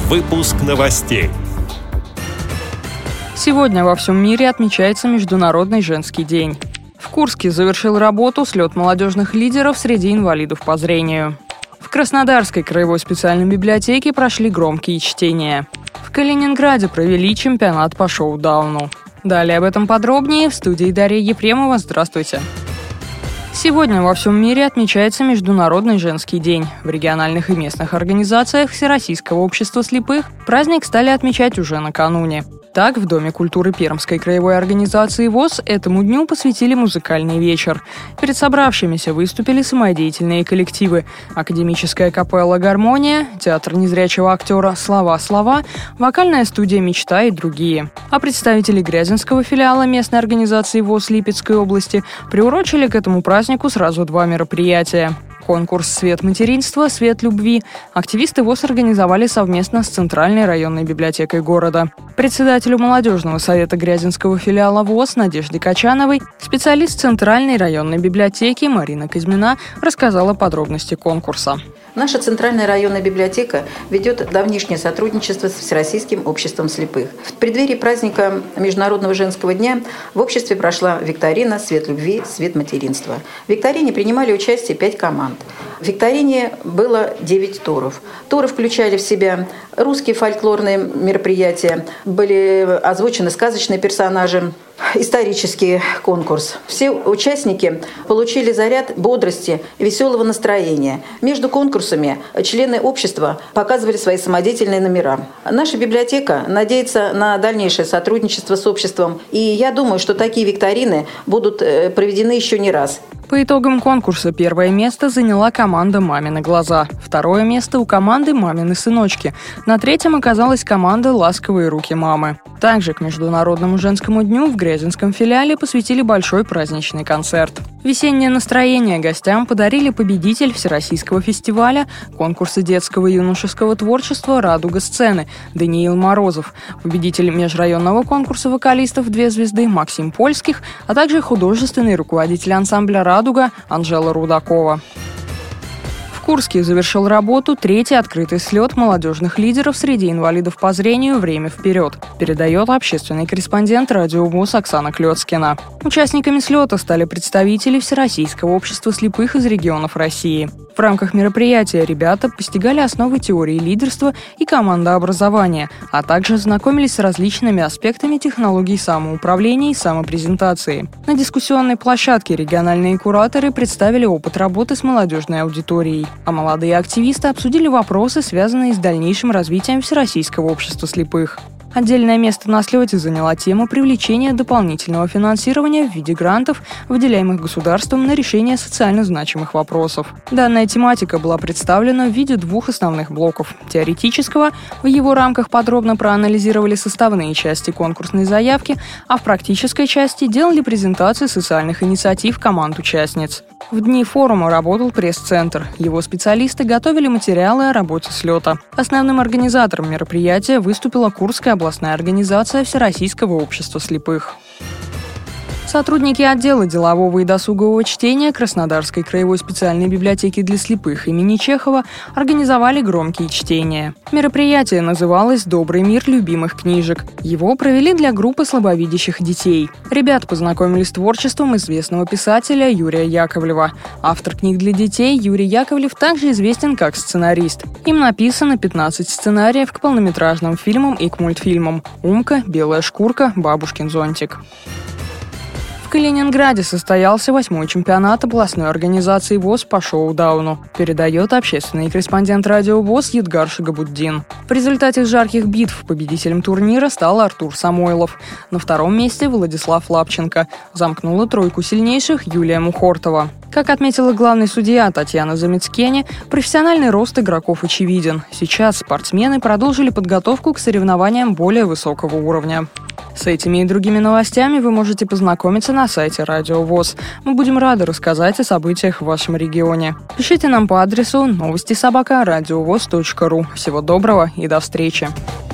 Выпуск новостей. Сегодня во всем мире отмечается Международный женский день. В Курске завершил работу слет молодежных лидеров среди инвалидов по зрению. В Краснодарской краевой специальной библиотеке прошли громкие чтения. В Калининграде провели чемпионат по шоу-дауну. Далее об этом подробнее в студии Дарья Ефремова. Здравствуйте. Сегодня во всем мире отмечается Международный женский день. В региональных и местных организациях Всероссийского общества слепых праздник стали отмечать уже накануне. Так, в Доме культуры Пермской краевой организации ВОС этому дню посвятили музыкальный вечер. Перед собравшимися выступили самодеятельные коллективы: академическая капелла «Гармония», театр незрячего актера «Слова-слова», вокальная студия «Мечта» и другие. А представители Грязинского филиала местной организации ВОС Липецкой области приурочили к этому празднику сразу два мероприятия. Конкурс «Свет материнства. Свет любви» активисты ВОС организовали совместно с Центральной районной библиотекой города. Председателю молодежного совета Грязинского филиала ВОС Надежде Качановой специалист Центральной районной библиотеки Марина Кузьмина рассказала подробности конкурса. Наша Центральная районная библиотека ведет давнишнее сотрудничество с Всероссийским обществом слепых. В преддверии праздника Международного женского дня в обществе прошла викторина «Свет любви. Свет материнства». В викторине принимали участие 5 команд. В викторине было 9 туров. Туры включали в себя русские фольклорные мероприятия, были озвучены сказочные персонажи, исторический конкурс. Все участники получили заряд бодрости и веселого настроения. Между конкурсами члены общества показывали свои самодеятельные номера. Наша библиотека надеется на дальнейшее сотрудничество с обществом, и я думаю, что такие викторины будут проведены еще не раз. По итогам конкурса первое место заняла команда «Мамины глаза», второе место у команды «Мамины сыночки», на третьем оказалась команда «Ласковые руки мамы». Также к Международному женскому дню в Грязинском филиале посвятили большой праздничный концерт. Весеннее настроение гостям подарили победитель Всероссийского фестиваля конкурса детского и юношеского творчества «Радуга сцены» Даниил Морозов, победитель межрайонного конкурса вокалистов «Две звезды» Максим Польских, а также художественный руководитель ансамбля «Радуга» Анжела Рудакова. В Курске завершил работу третий открытый слет молодежных лидеров среди инвалидов по зрению «Время вперед», передает общественный корреспондент радио ВОС Оксана Клёцкина. Участниками слета стали представители Всероссийского общества слепых из регионов России. В рамках мероприятия ребята постигали основы теории лидерства и командообразования, а также знакомились с различными аспектами технологий самоуправления и самопрезентации. На дискуссионной площадке региональные кураторы представили опыт работы с молодежной аудиторией, а молодые активисты обсудили вопросы, связанные с дальнейшим развитием Всероссийского общества слепых. Отдельное место на слете заняла тема привлечения дополнительного финансирования в виде грантов, выделяемых государством на решение социально значимых вопросов. Данная тематика была представлена в виде двух основных блоков. Теоретического — в его рамках подробно проанализировали составные части конкурсной заявки, а в практической части делали презентации социальных инициатив команд участниц. В дни форума работал пресс-центр. Его специалисты готовили материалы о работе слета. Основным организатором мероприятия выступила Курская областная организация Всероссийского общества слепых. Сотрудники отдела делового и досугового чтения Краснодарской краевой специальной библиотеки для слепых имени Чехова организовали громкие чтения. Мероприятие называлось «Добрый мир любимых книжек». Его провели для группы слабовидящих детей. Ребят познакомились с творчеством известного писателя Юрия Яковлева. Автор книг для детей Юрий Яковлев также известен как сценарист. Им написано 15 сценариев к полнометражным фильмам и к мультфильмам «Умка», «Белая шкурка», «Бабушкин зонтик». В Калининграде состоялся 8-й чемпионат областной организации ВОС по шоу-дауну, передает общественный корреспондент радио ВОС Едгар Шагабуддин. В результате жарких битв победителем турнира стал Артур Самойлов. На втором месте Владислав Лапченко. Замкнула тройку сильнейших Юлия Мухортова. Как отметила главный судья Татьяна Замицкене, профессиональный рост игроков очевиден. Сейчас спортсмены продолжили подготовку к соревнованиям более высокого уровня. С этими и другими новостями вы можете познакомиться на сайте Радио ВОС. Мы будем рады рассказать о событиях в вашем регионе. Пишите нам по адресу новости@радиовос.ру. Всего доброго и до встречи!